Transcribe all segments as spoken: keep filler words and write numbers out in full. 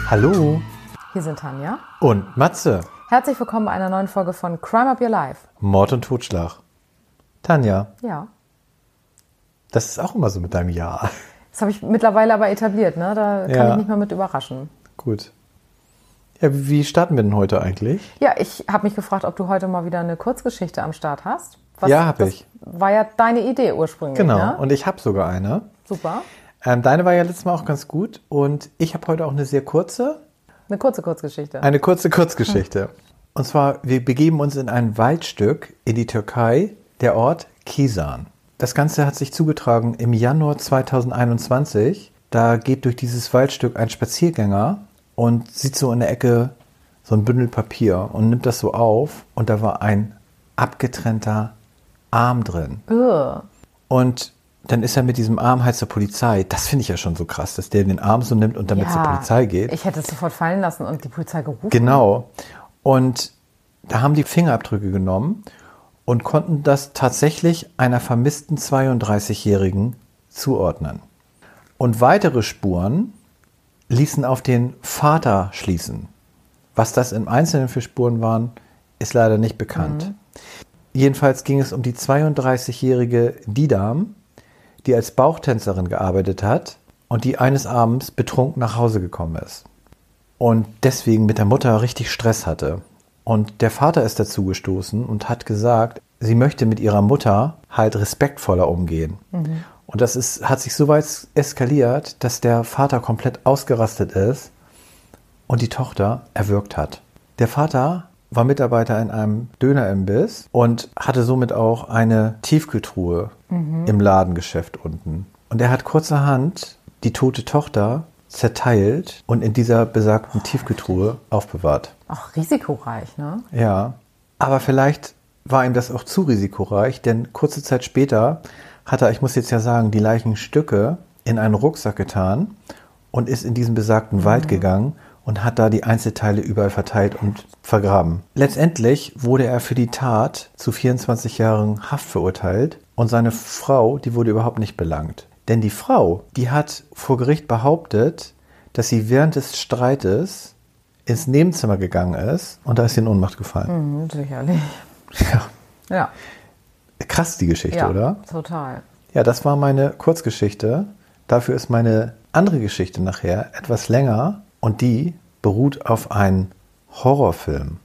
Hallo. Hier sind Tanja. Und Matze. Herzlich willkommen bei einer neuen Folge von Crime Up Your Life. Mord und Totschlag. Tanja. Ja. Das ist auch immer so mit deinem Ja. Das habe ich mittlerweile aber etabliert, ne? Da kann Ja. ich nicht mehr mit überraschen. Gut. Ja, wie starten wir denn heute eigentlich? Ja, ich habe mich gefragt, ob du heute mal wieder eine Kurzgeschichte am Start hast. Was, Ja, habe das ich. War ja deine Idee ursprünglich, Genau. ne? Und ich habe sogar eine. Super. Ähm, deine war ja letztes Mal auch ganz gut. Und ich habe heute auch eine sehr kurze. Eine kurze Kurzgeschichte. Eine kurze Kurzgeschichte. Und zwar, wir begeben uns in ein Waldstück in die Türkei, der Ort Kisan. Das Ganze hat sich zugetragen im Januar zweitausendeinundzwanzig. Da geht durch dieses Waldstück ein Spaziergänger und sieht so in der Ecke so ein Bündel Papier und nimmt das so auf. Und da war ein abgetrennter Arm drin. Ugh. Und dann ist er mit diesem Arm halt zur Polizei. Das finde ich ja schon so krass, dass der den Arm so nimmt und damit Ja, zur Polizei geht. Ich hätte es sofort fallen lassen und die Polizei gerufen. Genau. Und da haben die Fingerabdrücke genommen und konnten das tatsächlich einer vermissten zweiunddreißigjährigen zuordnen. Und weitere Spuren ließen auf den Vater schließen. Was das im Einzelnen für Spuren waren, ist leider nicht bekannt. Mhm. Jedenfalls ging es um die zweiunddreißigjährige Didam, die als Bauchtänzerin gearbeitet hat und die eines Abends betrunken nach Hause gekommen ist. Und deswegen mit der Mutter richtig Stress hatte. Und der Vater ist dazu gestoßen und hat gesagt, sie möchte mit ihrer Mutter halt respektvoller umgehen. Mhm. Und das ist, hat sich so weit eskaliert, dass der Vater komplett ausgerastet ist und die Tochter erwürgt hat. Der Vater war Mitarbeiter in einem Dönerimbiss und hatte somit auch eine Tiefkühltruhe mhm. im Ladengeschäft unten. Und er hat kurzerhand die tote Tochter zerteilt und in dieser besagten Tiefkühltruhe aufbewahrt. Auch risikoreich, ne? Ja, aber vielleicht war ihm das auch zu risikoreich, denn kurze Zeit später hat er, ich muss jetzt ja sagen, die Leichenstücke in einen Rucksack getan und ist in diesen besagten mhm. Wald gegangen und hat da die Einzelteile überall verteilt und vergraben. Letztendlich wurde er für die Tat zu vierundzwanzig Jahren Haft verurteilt und seine Frau, die wurde überhaupt nicht belangt. Denn die Frau, die hat vor Gericht behauptet, dass sie während des Streites ins Nebenzimmer gegangen ist und da ist sie in Ohnmacht gefallen. Mhm, sicherlich. Ja. Ja. Krass, die Geschichte, Ja, oder? Total. Ja, das war meine Kurzgeschichte. Dafür ist meine andere Geschichte nachher etwas länger und die beruht auf einem Horrorfilm.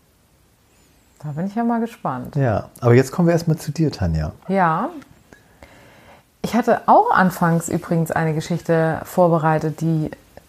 Da bin ich ja mal gespannt. Ja, aber jetzt kommen wir erstmal zu dir, Tanja. Ja. Ich hatte auch anfangs übrigens eine Geschichte vorbereitet, die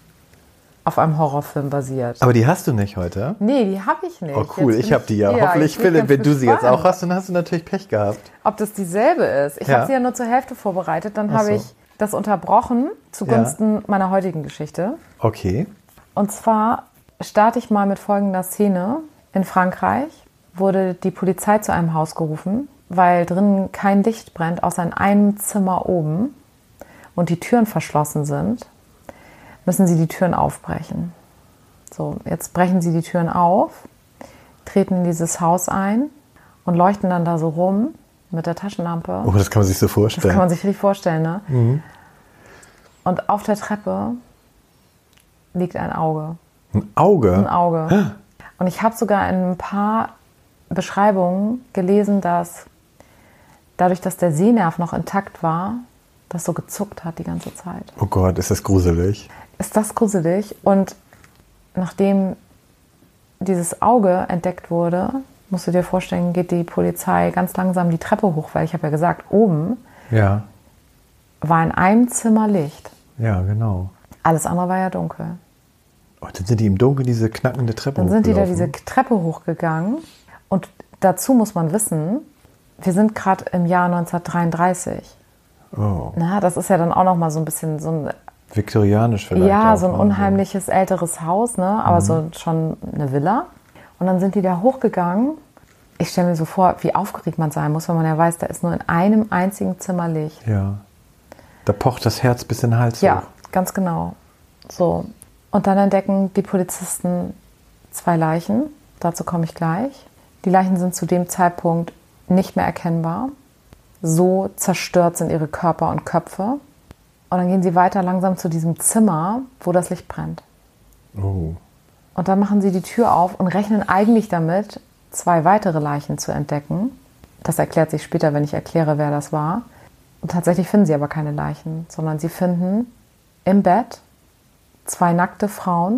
auf einem Horrorfilm basiert. Aber die hast du nicht heute? Nee, die habe ich nicht. Oh cool, Jetzt ich habe die ja. ja Hoffentlich, Philipp, wenn du sie jetzt auch hast, dann hast du natürlich Pech gehabt. Ob das dieselbe ist? Ich Ja. habe sie ja nur zur Hälfte vorbereitet. Dann Ach habe so. ich das unterbrochen zugunsten meiner heutigen Geschichte. Okay. Und zwar starte ich mal mit folgender Szene. In Frankreich wurde die Polizei zu einem Haus gerufen, weil drinnen kein Licht brennt, außer in einem Zimmer oben und die Türen verschlossen sind, müssen sie die Türen aufbrechen. So, jetzt brechen sie die Türen auf, treten in dieses Haus ein und leuchten dann da so rum mit der Taschenlampe. Oh, das kann man sich so Das vorstellen. kann man sich richtig vorstellen, ne? Mhm. Und auf der Treppe liegt ein Auge. Ein Auge? Ein Auge. Und ich habe sogar in ein paar Beschreibungen gelesen, dass dadurch, dass der Sehnerv noch intakt war, das so gezuckt hat die ganze Zeit. Oh Gott, ist das gruselig. Ist das gruselig? Und nachdem dieses Auge entdeckt wurde, musst du dir vorstellen, geht die Polizei ganz langsam die Treppe hoch, weil ich habe ja gesagt, oben Ja, war in einem Zimmer Licht. ja, genau. Alles andere war ja dunkel. Oh, dann sind die im Dunkeln diese knackende Treppe Dann sind die da hochgelaufen. diese Treppe hochgegangen. Und dazu muss man wissen, wir sind gerade im Jahr neunzehnhundertdreiunddreißig. Oh, Na, das ist ja dann auch noch mal so ein bisschen so ein, viktorianisch vielleicht ja, auch, so ein ne? unheimliches älteres Haus, ne? Aber so schon eine Villa. Und dann sind die da hochgegangen. Ich stelle mir so vor, wie aufgeregt man sein muss, wenn man ja weiß, da ist nur in einem einzigen Zimmer Licht. Ja, da pocht das Herz bis in den Hals Ja, hoch. ganz genau. So. Und dann entdecken die Polizisten zwei Leichen. Dazu komme ich gleich. Die Leichen sind zu dem Zeitpunkt nicht mehr erkennbar. So zerstört sind ihre Körper und Köpfe. Und dann gehen sie weiter langsam zu diesem Zimmer, wo das Licht brennt. Oh. Und dann machen sie die Tür auf und rechnen eigentlich damit, zwei weitere Leichen zu entdecken. Das erklärt sich später, wenn ich erkläre, wer das war. Und tatsächlich finden sie aber keine Leichen, sondern sie finden im Bett zwei nackte Frauen,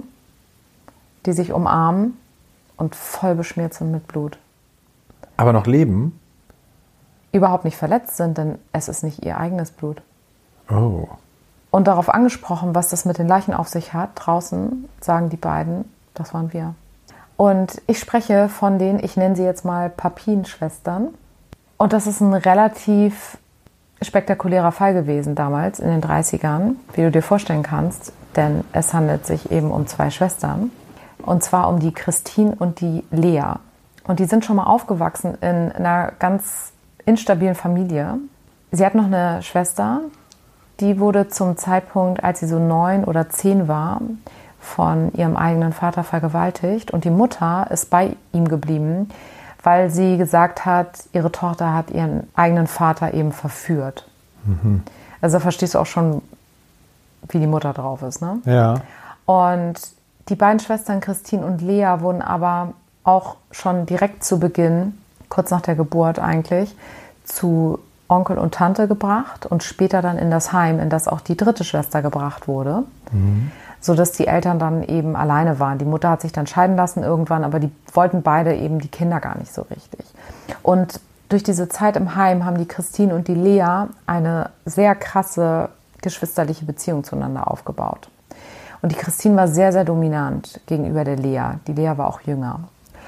die sich umarmen und voll beschmiert sind mit Blut. Aber noch leben? Überhaupt nicht verletzt sind, denn es ist nicht ihr eigenes Blut. Oh. Und darauf angesprochen, was das mit den Leichen auf sich hat, draußen sagen die beiden, das waren wir. Und ich spreche von den, ich nenne sie jetzt mal Papin-Schwestern. Und das ist ein relativ spektakulärer Fall gewesen damals in den dreißigern, wie du dir vorstellen kannst, denn es handelt sich eben um zwei Schwestern. Und zwar um die Christine und die Lea. Und die sind schon mal aufgewachsen in einer ganz instabilen Familie. Sie hat noch eine Schwester, die wurde zum Zeitpunkt, als sie so neun oder zehn war, von ihrem eigenen Vater vergewaltigt. Und die Mutter ist bei ihm geblieben, weil sie gesagt hat, ihre Tochter hat ihren eigenen Vater eben verführt. Mhm. Also da verstehst du auch schon, wie die Mutter drauf ist, ne? Ja. Und die beiden Schwestern Christine und Lea wurden aber auch schon direkt zu Beginn, kurz nach der Geburt eigentlich, zu Onkel und Tante gebracht und später dann in das Heim, in das auch die dritte Schwester gebracht wurde, mhm. sodass die Eltern dann eben alleine waren. Die Mutter hat sich dann scheiden lassen irgendwann, aber die wollten beide eben die Kinder gar nicht so richtig. Und durch diese Zeit im Heim haben die Christine und die Lea eine sehr krasse geschwisterliche Beziehung zueinander aufgebaut. Und die Christine war sehr, sehr dominant gegenüber der Lea. Die Lea war auch jünger.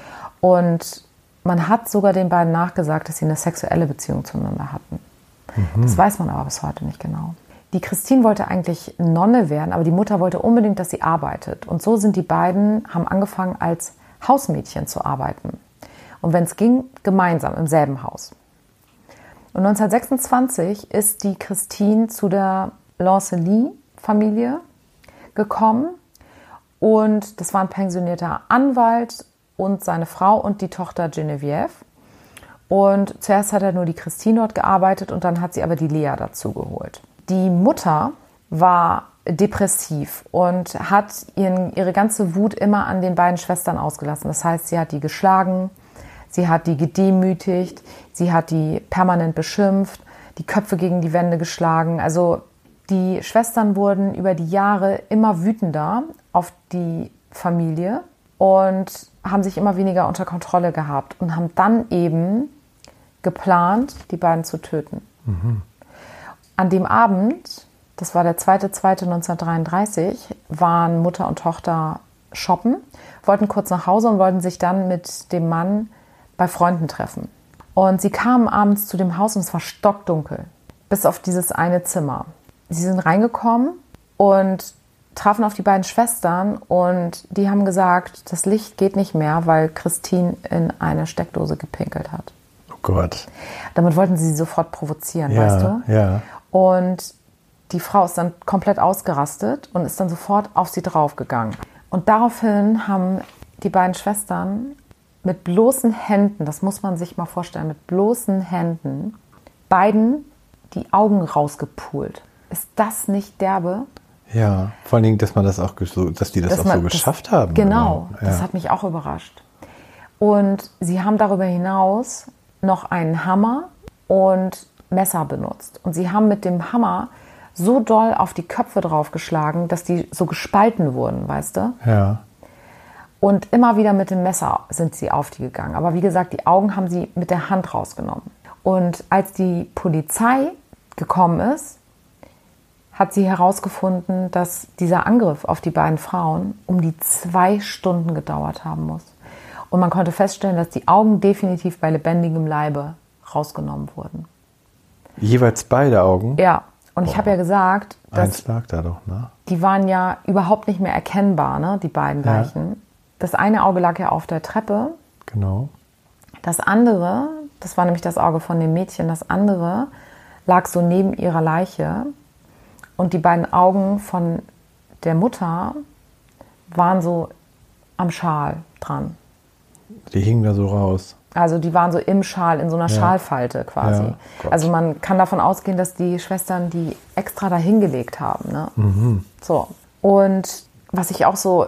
Und man hat sogar den beiden nachgesagt, dass sie eine sexuelle Beziehung zueinander hatten. Mhm. Das weiß man aber bis heute nicht genau. Die Christine wollte eigentlich Nonne werden, aber die Mutter wollte unbedingt, dass sie arbeitet. Und so sind die beiden, haben angefangen als Hausmädchen zu arbeiten. Und wenn es ging, gemeinsam im selben Haus. Und neunzehnhundertsechsundzwanzig ist die Christine zu der Lancelot-Familie gekommen. Und das war ein pensionierter Anwalt und seine Frau und die Tochter Geneviève. Und zuerst hat er nur die Christine dort gearbeitet und dann hat sie aber die Lea dazu geholt. Die Mutter war depressiv und hat ihren, ihre ganze Wut immer an den beiden Schwestern ausgelassen. Das heißt, sie hat die geschlagen, sie hat die gedemütigt, sie hat die permanent beschimpft, die Köpfe gegen die Wände geschlagen. Also die Schwestern wurden über die Jahre immer wütender auf die Familie und haben sich immer weniger unter Kontrolle gehabt und haben dann eben geplant, die beiden zu töten. Mhm. An dem Abend, das war der zweite zweite neunzehnhundertdreiunddreißig, waren Mutter und Tochter shoppen, wollten kurz nach Hause und wollten sich dann mit dem Mann bei Freunden treffen. Und sie kamen abends zu dem Haus und es war stockdunkel, bis auf dieses eine Zimmer. Sie sind reingekommen und trafen auf die beiden Schwestern und die haben gesagt, das Licht geht nicht mehr, weil Christine in eine Steckdose gepinkelt hat. Oh Gott. Damit wollten sie sie sofort provozieren, ja, weißt du? Ja. Und die Frau ist dann komplett ausgerastet und ist dann sofort auf sie draufgegangen. Und daraufhin haben die beiden Schwestern mit bloßen Händen, das muss man sich mal vorstellen, mit bloßen Händen beiden die Augen rausgepult. Ist das nicht derbe? Ja, vor allen Dingen, dass man das auch so, dass die das dass auch man, so geschafft das, haben. Genau, ja. Das hat mich auch überrascht. Und sie haben darüber hinaus noch einen Hammer und Messer benutzt. Und sie haben mit dem Hammer so doll auf die Köpfe draufgeschlagen, dass die so gespalten wurden, weißt du? Ja. Und immer wieder mit dem Messer sind sie auf die gegangen. Aber wie gesagt, die Augen haben sie mit der Hand rausgenommen. Und als die Polizei gekommen ist, hat sie herausgefunden, dass dieser Angriff auf die beiden Frauen um die zwei Stunden gedauert haben muss. Und man konnte feststellen, dass die Augen definitiv bei lebendigem Leibe rausgenommen wurden. Jeweils beide Augen? Ja, und Boah. Ich habe ja gesagt, dass Eins lag da doch, ne? Die waren ja überhaupt nicht mehr erkennbar, ne, die beiden ja. Leichen. Das eine Auge lag ja auf der Treppe. Genau. Das andere, das war nämlich das Auge von dem Mädchen, das andere lag so neben ihrer Leiche. Und die beiden Augen von der Mutter waren so am Schal dran. Die hingen da so raus. Also die waren so im Schal, in so einer ja. Schalfalte quasi. Ja, also man kann davon ausgehen, dass die Schwestern die extra da hingelegt haben. Ne? Mhm. So. Und was ich auch so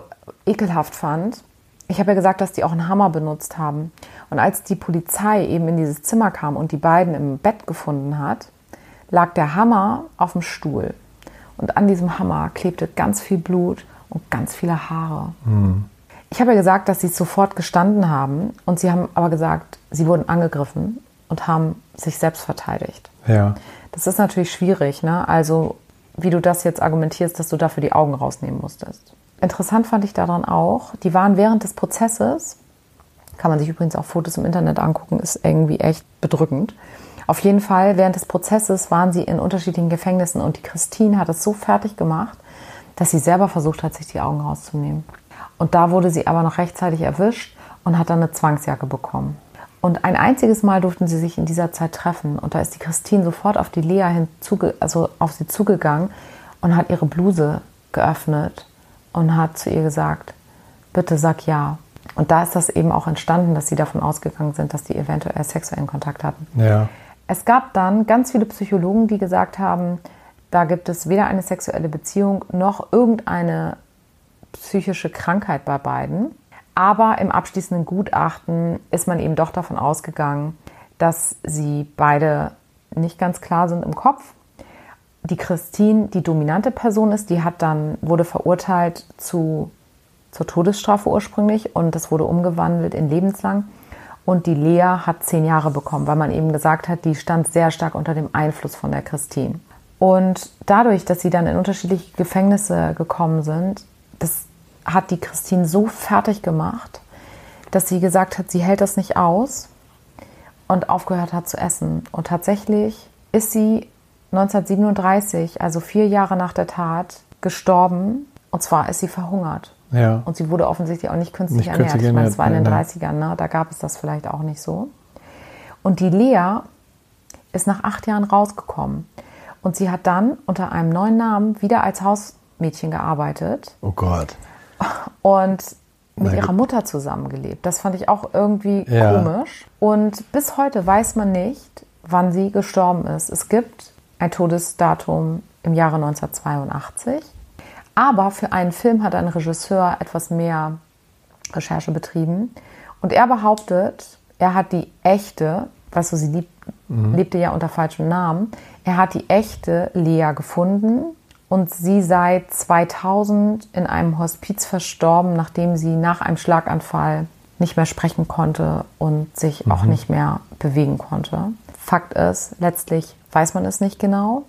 ekelhaft fand, ich habe ja gesagt, dass die auch einen Hammer benutzt haben. Und als die Polizei eben in dieses Zimmer kam und die beiden im Bett gefunden hat, lag der Hammer auf dem Stuhl. Und an diesem Hammer klebte ganz viel Blut und ganz viele Haare. Mhm. Ich habe ja gesagt, dass sie sofort gestanden haben. Und sie haben aber gesagt, sie wurden angegriffen und haben sich selbst verteidigt. Ja. Das ist natürlich schwierig, ne? Also, wie du das jetzt argumentierst, dass du dafür die Augen rausnehmen musstest. Interessant fand ich daran auch, die waren während des Prozesses, kann man sich übrigens auch Fotos im Internet angucken, ist irgendwie echt bedrückend. Auf jeden Fall, während des Prozesses waren sie in unterschiedlichen Gefängnissen und die Christine hat es so fertig gemacht, dass sie selber versucht hat, sich die Augen rauszunehmen. Und da wurde sie aber noch rechtzeitig erwischt und hat dann eine Zwangsjacke bekommen. Und ein einziges Mal durften sie sich in dieser Zeit treffen. Und da ist die Christine sofort auf die Lea hinzuge- also auf sie zugegangen und hat ihre Bluse geöffnet und hat zu ihr gesagt, bitte sag ja. Und da ist das eben auch entstanden, dass sie davon ausgegangen sind, dass die eventuell sexuellen Kontakt hatten. Ja. Es gab dann ganz viele Psychologen, die gesagt haben, da gibt es weder eine sexuelle Beziehung noch irgendeine psychische Krankheit bei beiden. Aber im abschließenden Gutachten ist man eben doch davon ausgegangen, dass sie beide nicht ganz klar sind im Kopf. Die Christine die dominante Person ist, die hat dann, wurde verurteilt zu, zur Todesstrafe ursprünglich und das wurde umgewandelt in lebenslang. Und die Lea hat zehn Jahre bekommen, weil man eben gesagt hat, die stand sehr stark unter dem Einfluss von der Christine. Und dadurch, dass sie dann in unterschiedliche Gefängnisse gekommen sind, das hat die Christine so fertig gemacht, dass sie gesagt hat, sie hält das nicht aus und aufgehört hat zu essen. Und tatsächlich ist sie neunzehnhundertsiebenunddreißig, also vier Jahre nach der Tat, gestorben. Und zwar ist sie verhungert. Ja. Und sie wurde offensichtlich auch nicht künstlich Nicht ernährt. künstlich Ich meine, das war in den ernährt, dreißigern, ne? Da gab es das vielleicht auch nicht so. Und die Lea ist nach acht Jahren rausgekommen. Und sie hat dann unter einem neuen Namen wieder als Hausmädchen gearbeitet. Oh Gott. Und mit Nein. ihrer Mutter zusammengelebt. Das fand ich auch irgendwie Ja. komisch. Und bis heute weiß man nicht, wann sie gestorben ist. Es gibt ein Todesdatum im Jahre neunzehnhundertzweiundachtzig. Aber für einen Film hat ein Regisseur etwas mehr Recherche betrieben. Und er behauptet, er hat die echte, weißt du, sie lieb, mhm. lebte ja unter falschem Namen, er hat die echte Lea gefunden und sie sei zweitausend in einem Hospiz verstorben, nachdem sie nach einem Schlaganfall nicht mehr sprechen konnte und sich mhm. auch nicht mehr bewegen konnte. Fakt ist, letztlich weiß man es nicht genau.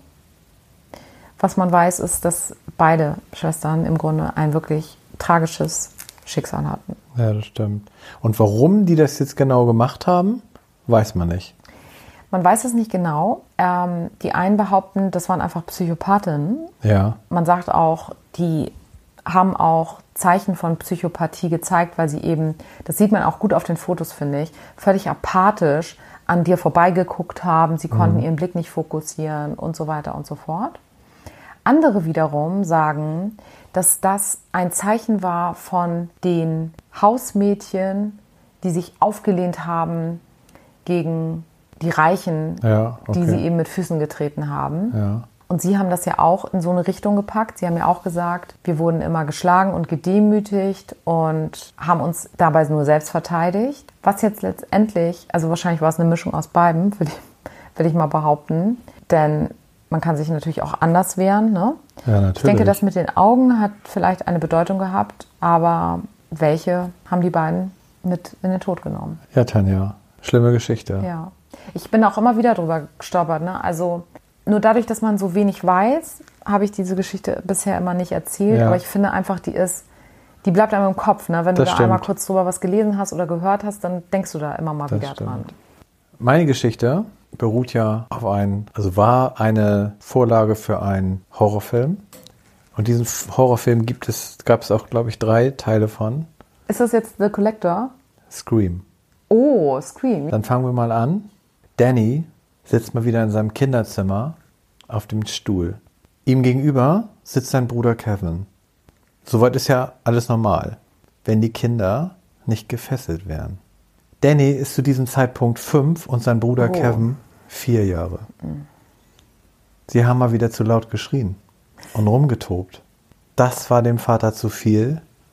Was man weiß, ist, dass beide Schwestern im Grunde ein wirklich tragisches Schicksal hatten. Ja, das stimmt. Und warum die das jetzt genau gemacht haben, weiß man nicht. Man weiß es nicht genau. Ähm, die einen behaupten, das waren einfach Psychopathinnen. Ja. Man sagt auch, die haben auch Zeichen von Psychopathie gezeigt, weil sie eben, das sieht man auch gut auf den Fotos, finde ich, völlig apathisch an dir vorbeigeguckt haben. Sie konnten mhm. ihren Blick nicht fokussieren und so weiter und so fort. Andere wiederum sagen, dass das ein Zeichen war von den Hausmädchen, die sich aufgelehnt haben gegen die Reichen, ja, okay. die sie eben mit Füßen getreten haben. Ja. Und sie haben das ja auch in so eine Richtung gepackt. Sie haben ja auch gesagt, wir wurden immer geschlagen und gedemütigt und haben uns dabei nur selbst verteidigt. Was jetzt letztendlich, also wahrscheinlich war es eine Mischung aus beidem, würde ich, würde ich mal behaupten. Denn man kann sich natürlich auch anders wehren. Ne? Ja, natürlich. Ich denke, das mit den Augen hat vielleicht eine Bedeutung gehabt, aber welche haben die beiden mit in den Tod genommen? Ja, Tanja, schlimme Geschichte. Ja, ich bin auch immer wieder drüber gestolpert. Ne? Also nur dadurch, dass man so wenig weiß, habe ich diese Geschichte bisher immer nicht erzählt. Ja. Aber ich finde einfach, die ist, die bleibt einem im Kopf. Ne? Wenn Das du da stimmt. einmal kurz drüber was gelesen hast oder gehört hast, dann denkst du da immer mal Das wieder stimmt. dran. Meine Geschichte beruht ja auf einen, also war eine Vorlage für einen Horrorfilm. Und diesen Horrorfilm gibt es, gab es auch, glaube ich, drei Teile von. Ist das jetzt The Collector? Scream. Oh, Scream. Dann fangen wir mal an. Danny sitzt mal wieder in seinem Kinderzimmer auf dem Stuhl. Ihm gegenüber sitzt sein Bruder Kevin. Soweit ist ja alles normal, wenn die Kinder nicht gefesselt wären. Danny ist zu diesem Zeitpunkt fünf und sein Bruder Oh. Kevin vier Jahre. Sie haben mal wieder zu laut geschrien und rumgetobt. Das war dem Vater zu viel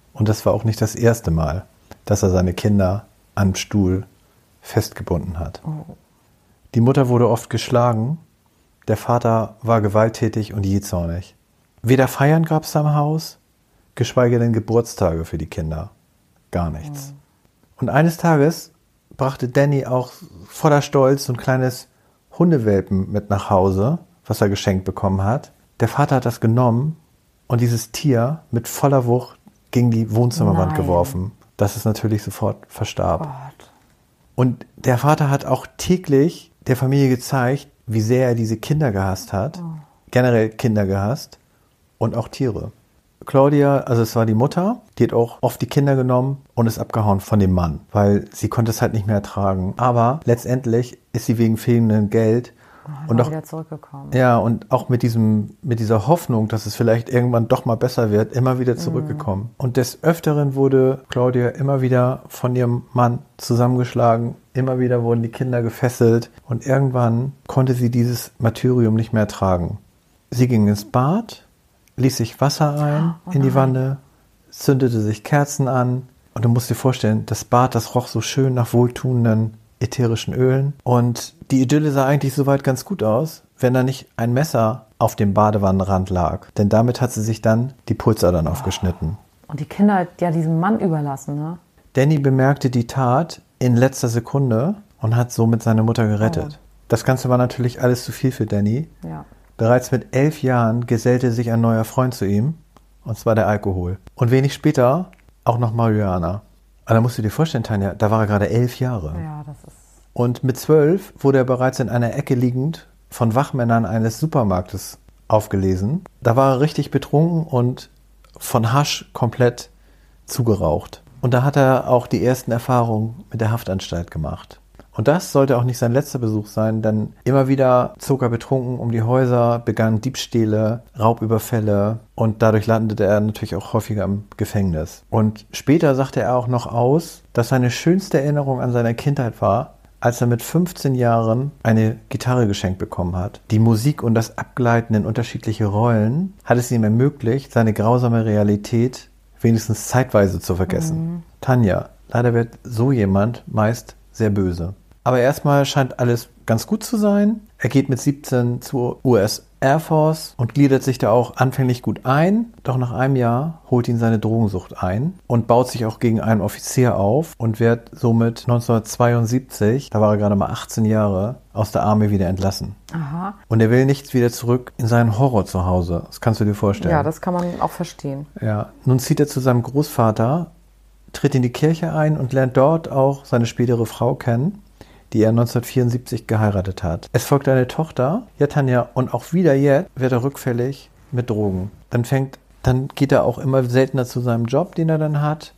Und das war auch nicht das erste Mal, dass er seine Kinder am Stuhl festgebunden hat. Oh. Die Mutter wurde oft geschlagen, der Vater war gewalttätig und jähzornig. Weder Feiern gab es am Haus, geschweige denn Geburtstage für die Kinder. Gar nichts. Oh. Und eines Tages brachte Danny auch voller Stolz so ein kleines Hundewelpen mit nach Hause, was er geschenkt bekommen hat. Der Vater hat das genommen und dieses Tier mit voller Wucht gegen die Wohnzimmerwand Nein. geworfen, dass es natürlich sofort verstarb. Gott. Und der Vater hat auch täglich der Familie gezeigt, wie sehr er diese Kinder gehasst hat, Oh. generell Kinder gehasst und auch Tiere. Claudia, also es war die Mutter, die hat auch oft die Kinder genommen und ist abgehauen von dem Mann, weil sie konnte es halt nicht mehr ertragen. Aber letztendlich ist sie wegen fehlendem Geld Oh, und auch wieder zurückgekommen. ja und auch mit diesem mit dieser Hoffnung, dass es vielleicht irgendwann doch mal besser wird, immer wieder zurückgekommen. Mhm. Und des Öfteren wurde Claudia immer wieder von ihrem Mann zusammengeschlagen, immer wieder wurden die Kinder gefesselt und irgendwann konnte sie dieses Martyrium nicht mehr ertragen. Sie ging ins Bad, ließ sich Wasser ein Oh in die nein. Wanne, zündete sich Kerzen an und du musst dir vorstellen, das Bad, das roch so schön nach wohltuenden ätherischen Ölen und die Idylle sah eigentlich soweit ganz gut aus, wenn da nicht ein Messer auf dem Badewannenrand lag, denn damit hat sie sich dann die Pulsadern oh. aufgeschnitten. Und die Kinder hat ja diesem Mann überlassen, ne? Danny bemerkte die Tat in letzter Sekunde und hat somit seine Mutter gerettet. Oh. Das Ganze war natürlich alles zu viel für Danny. Ja. Bereits mit elf Jahren gesellte sich ein neuer Freund zu ihm, und zwar der Alkohol. Und wenig später auch noch Marihuana. Und da musst du dir vorstellen, Tanja, da war er gerade elf Jahre. Ja, das ist... Und mit zwölf wurde er bereits in einer Ecke liegend von Wachmännern eines Supermarktes aufgelesen. Da war er richtig betrunken und von Hasch komplett zugeraucht. Und da hat er auch die ersten Erfahrungen mit der Haftanstalt gemacht. Und das sollte auch nicht sein letzter Besuch sein, denn immer wieder zog er betrunken um die Häuser, begann Diebstähle, Raubüberfälle und dadurch landete er natürlich auch häufiger im Gefängnis. Und später sagte er auch noch aus, dass seine schönste Erinnerung an seine Kindheit war, als er mit fünfzehn Jahren eine Gitarre geschenkt bekommen hat. Die Musik und das Abgleiten in unterschiedliche Rollen hat es ihm ermöglicht, seine grausame Realität wenigstens zeitweise zu vergessen. Mhm. Tanja, leider wird so jemand meist sehr böse. Aber erstmal scheint alles ganz gut zu sein. Er geht mit siebzehn zur U S Air Force und gliedert sich da auch anfänglich gut ein. Doch nach einem Jahr holt ihn seine Drogensucht ein und baut sich auch gegen einen Offizier auf und wird somit neunzehnhundertzweiundsiebzig, da war er gerade mal achtzehn Jahre, aus der Armee wieder entlassen. Aha. Und er will nicht wieder zurück in seinen Horror zu Hause. Das kannst du dir vorstellen. Ja, das kann man auch verstehen. Ja. Nun zieht er zu seinem Großvater, tritt in die Kirche ein und lernt dort auch seine spätere Frau kennen, die er neunzehnhundertvierundsiebzig geheiratet hat. Es folgt eine Tochter, ja Tanja, und auch wieder jetzt wird er rückfällig mit Drogen. Dann fängt, dann geht er auch immer seltener zu seinem Job, den er dann hat.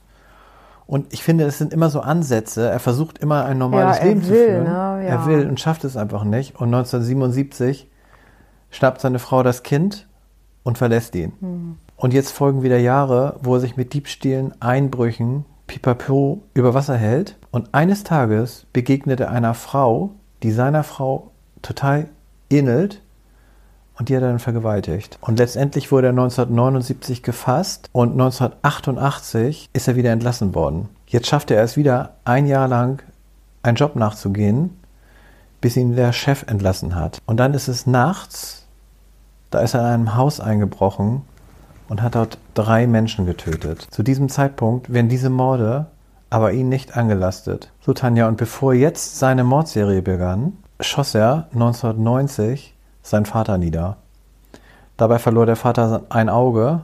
Und ich finde, es sind immer so Ansätze. Er versucht immer ein normales ja, er Leben will, zu führen. Ne? Ja. Er will und schafft es einfach nicht. Und neunzehnhundertsiebenundsiebzig schnappt seine Frau das Kind und verlässt ihn. Hm. Und jetzt folgen wieder Jahre, wo er sich mit Diebstählen, Einbrüchen, Pipapo über Wasser hält. Und eines Tages begegnet er einer Frau, die seiner Frau total ähnelt und die hat er dann vergewaltigt. Und letztendlich wurde er neunzehnhundertneunundsiebzig gefasst und neunzehnhundertachtundachtzig ist er wieder entlassen worden. Jetzt schaffte er es wieder, ein Jahr lang einen Job nachzugehen, bis ihn der Chef entlassen hat. Und dann ist es nachts, da ist er in einem Haus eingebrochen und hat dort drei Menschen getötet. Zu diesem Zeitpunkt werden diese Morde aber ihn nicht angelastet. So, Tanja, und bevor jetzt seine Mordserie begann, schoss er neunzehnhundertneunzig seinen Vater nieder. Dabei verlor der Vater ein Auge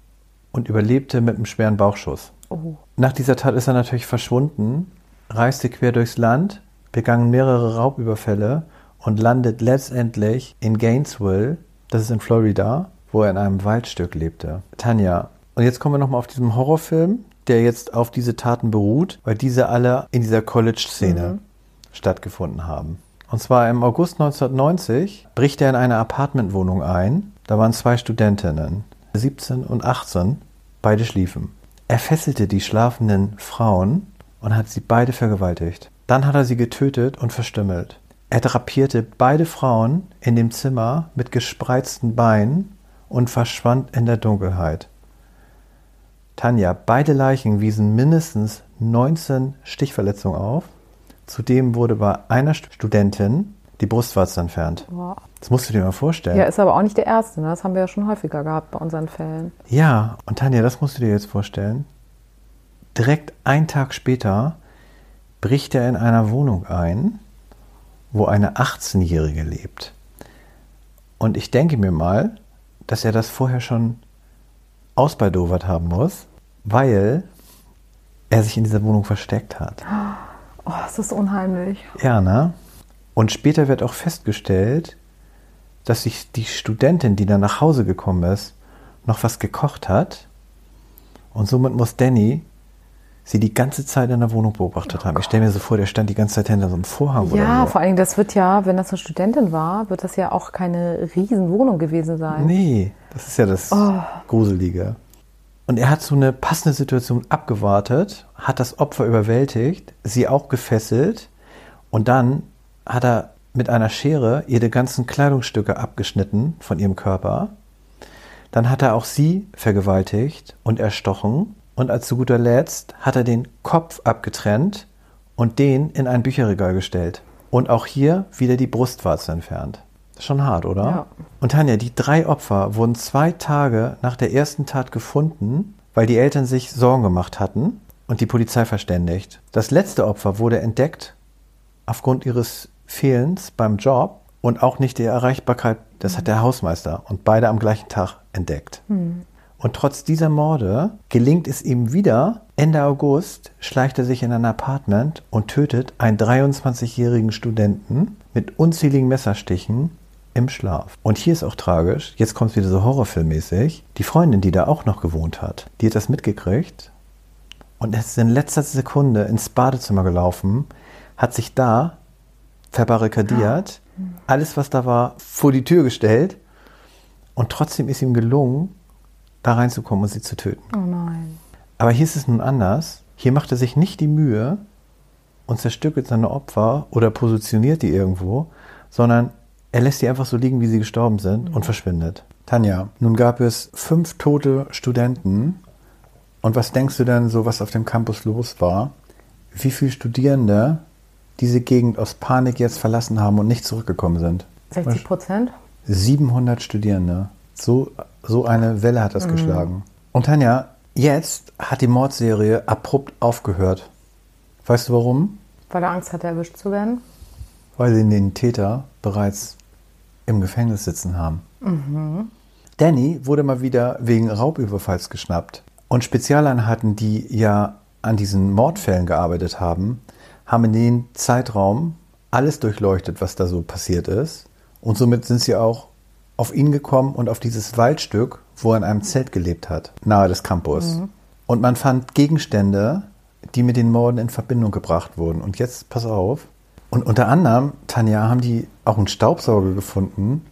und überlebte mit einem schweren Bauchschuss. Oh. Nach dieser Tat ist er natürlich verschwunden, reiste quer durchs Land, begann mehrere Raubüberfälle und landet letztendlich in Gainesville, das ist in Florida, wo er in einem Waldstück lebte. Tanja, und jetzt kommen wir nochmal auf diesen Horrorfilm, der jetzt auf diese Taten beruht, weil diese alle in dieser College-Szene mhm. stattgefunden haben. Und zwar im August neunzehnhundertneunzig bricht er in eine Apartmentwohnung ein. Da waren zwei Studentinnen, siebzehn und achtzehn, beide schliefen. Er fesselte die schlafenden Frauen und hat sie beide vergewaltigt. Dann hat er sie getötet und verstümmelt. Er drapierte beide Frauen in dem Zimmer mit gespreizten Beinen und verschwand in der Dunkelheit. Tanja, beide Leichen wiesen mindestens neunzehn Stichverletzungen auf. Zudem wurde bei einer Studentin die Brustwarze entfernt. Wow. Das musst du dir mal vorstellen. Ja, ist aber auch nicht der erste, ne? Das haben wir ja schon häufiger gehabt bei unseren Fällen. Ja, und Tanja, das musst du dir jetzt vorstellen. Direkt einen Tag später bricht er in einer Wohnung ein, wo eine achtzehnjährige lebt. Und ich denke mir mal, dass er das vorher schon ausbaldowert haben muss, weil er sich in dieser Wohnung versteckt hat. Oh, ist das unheimlich. Ja, ne? Und später wird auch festgestellt, dass sich die Studentin, die dann nach Hause gekommen ist, noch was gekocht hat. Und somit muss Danny sie die ganze Zeit in der Wohnung beobachtet Oh haben. Ich stelle mir so vor, der stand die ganze Zeit hinter so einem Vorhang oder Ja, so. vor allem, das wird ja, wenn das eine Studentin war, wird das ja auch keine riesen Wohnung gewesen sein. Nee, das ist ja das Oh. Gruselige. Und er hat so eine passende Situation abgewartet, hat das Opfer überwältigt, sie auch gefesselt und dann hat er mit einer Schere ihre ganzen Kleidungsstücke abgeschnitten von ihrem Körper. Dann hat er auch sie vergewaltigt und erstochen. Und als zu guter Letzt hat er den Kopf abgetrennt und den in ein Bücherregal gestellt. Und auch hier wieder die Brustwarze entfernt. Das ist schon hart, oder? Ja. Und Tanja, die drei Opfer wurden zwei Tage nach der ersten Tat gefunden, weil die Eltern sich Sorgen gemacht hatten und die Polizei verständigt. Das letzte Opfer wurde entdeckt aufgrund ihres Fehlens beim Job und auch nicht der Erreichbarkeit, das hat der Hausmeister und beide am gleichen Tag entdeckt. Hm. Und trotz dieser Morde gelingt es ihm wieder, Ende August schleicht er sich in ein Apartment und tötet einen dreiundzwanzigjährigen Studenten mit unzähligen Messerstichen im Schlaf. Und hier ist auch tragisch, jetzt kommt es wieder so horrorfilmmäßig, die Freundin, die da auch noch gewohnt hat, die hat das mitgekriegt und ist in letzter Sekunde ins Badezimmer gelaufen, hat sich da verbarrikadiert, alles, was da war, vor die Tür gestellt und trotzdem ist ihm gelungen, da reinzukommen und sie zu töten. Oh nein. Aber hier ist es nun anders. Hier macht er sich nicht die Mühe und zerstückelt seine Opfer oder positioniert die irgendwo, sondern er lässt die einfach so liegen, wie sie gestorben sind mhm. und verschwindet. Tanja, nun gab es fünf tote Studenten. Und was denkst du denn so, was auf dem Campus los war? Wie viele Studierende diese Gegend aus Panik jetzt verlassen haben und nicht zurückgekommen sind? sechzig Prozent? siebenhundert Studierende. So, so eine Welle hat das mhm. geschlagen. Und Tanja, jetzt hat die Mordserie abrupt aufgehört. Weißt du warum? Weil er Angst hatte, erwischt zu werden? Weil sie den Täter bereits im Gefängnis sitzen haben. Mhm. Danny wurde mal wieder wegen Raubüberfalls geschnappt. Und Spezialeinheiten, die ja an diesen Mordfällen gearbeitet haben, haben in dem Zeitraum alles durchleuchtet, was da so passiert ist. Und somit sind sie auch auf ihn gekommen und auf dieses Waldstück, wo er in einem Zelt gelebt hat, nahe des Campus. Mhm. Und man fand Gegenstände, die mit den Morden in Verbindung gebracht wurden. Und jetzt, pass auf, und unter anderem, Tanja, haben die auch einen Staubsauger gefunden,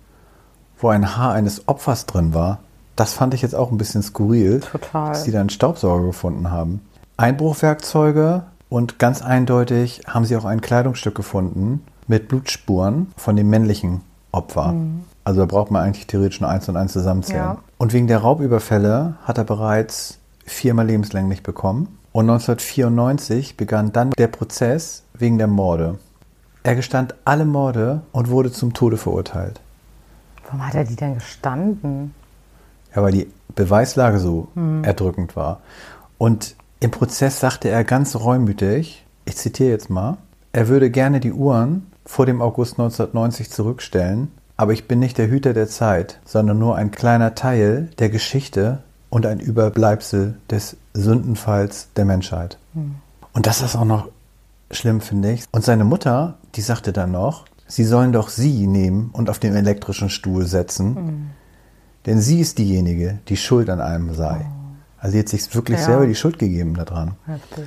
wo ein Haar eines Opfers drin war. Das fand ich jetzt auch ein bisschen skurril, Total. dass sie da einen Staubsauger gefunden haben. Einbruchwerkzeuge und ganz eindeutig haben sie auch ein Kleidungsstück gefunden mit Blutspuren von dem männlichen Opfer. Mhm. Also da braucht man eigentlich theoretisch nur eins und eins zusammenzählen. Ja. Und wegen der Raubüberfälle hat er bereits viermal lebenslänglich bekommen. Und neunzehnhundertvierundneunzig begann dann der Prozess wegen der Morde. Er gestand alle Morde und wurde zum Tode verurteilt. Warum hat er die denn gestanden? Ja, weil die Beweislage so hm. erdrückend war. Und im Prozess sagte er ganz reumütig, ich zitiere jetzt mal, er würde gerne die Uhren vor dem August neunzehnhundertneunzig zurückstellen, aber ich bin nicht der Hüter der Zeit, sondern nur ein kleiner Teil der Geschichte und ein Überbleibsel des Sündenfalls der Menschheit. Hm. Und das ist auch noch schlimm, finde ich. Und seine Mutter, die sagte dann noch, sie sollen doch sie nehmen und auf den elektrischen Stuhl setzen, hm. denn sie ist diejenige, die schuld an allem sei. Oh. Also sie hat sich wirklich ja. selber die Schuld gegeben daran. Heftig.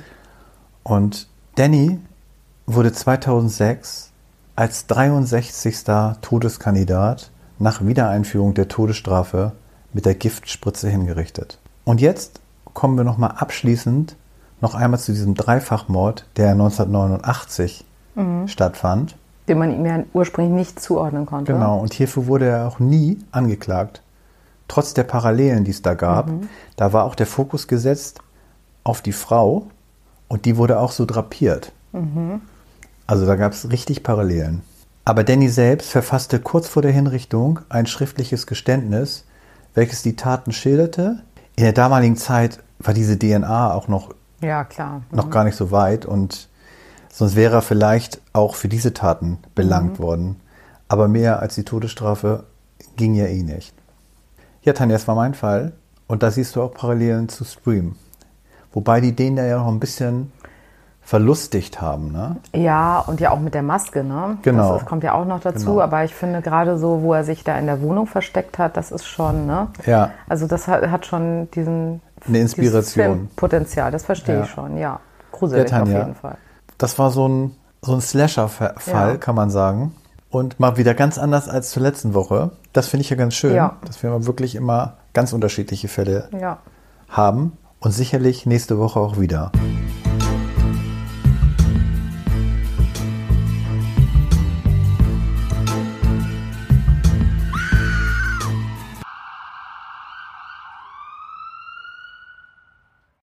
Und Danny wurde zweitausendsechs als dreiundsechzigster Todeskandidat nach Wiedereinführung der Todesstrafe mit der Giftspritze hingerichtet. Und jetzt kommen wir nochmal abschließend noch einmal zu diesem Dreifachmord, der neunzehnhundertneunundachtzig mhm. stattfand. Den man ihm ja ursprünglich nicht zuordnen konnte. Genau, und hierfür wurde er auch nie angeklagt. trotz der Parallelen, die es da gab, mhm. da war auch der Fokus gesetzt auf die Frau und die wurde auch so drapiert. Mhm. Also da gab es richtig Parallelen. Aber Danny selbst verfasste kurz vor der Hinrichtung ein schriftliches Geständnis, welches die Taten schilderte. In der damaligen Zeit war diese D N A auch noch, ja, klar. Mhm. noch gar nicht so weit und sonst wäre er vielleicht auch für diese Taten belangt mhm. worden. Aber mehr als die Todesstrafe ging ja eh nicht. Ja, Tanja, das war mein Fall. Und da siehst du auch Parallelen zu Scream. Wobei die den ja noch ein bisschen verlustigt haben, ne? Ja, und ja auch mit der Maske, ne? Genau. Das, das kommt ja auch noch dazu. Genau. Aber ich finde gerade so, wo er sich da in der Wohnung versteckt hat, das ist schon, ne? Ja. Also das hat, hat schon diesen... Eine Inspiration. Potenzial, das verstehe ja. ich schon, ja. Gruselig ja, Tanja, auf jeden Fall. Das war so ein, so ein Slasher-Fall, ja. kann man sagen. Und mal wieder ganz anders als zur letzten Woche. Das finde ich ja ganz schön, ja. dass wir mal wirklich immer ganz unterschiedliche Fälle ja. haben. Und sicherlich nächste Woche auch wieder.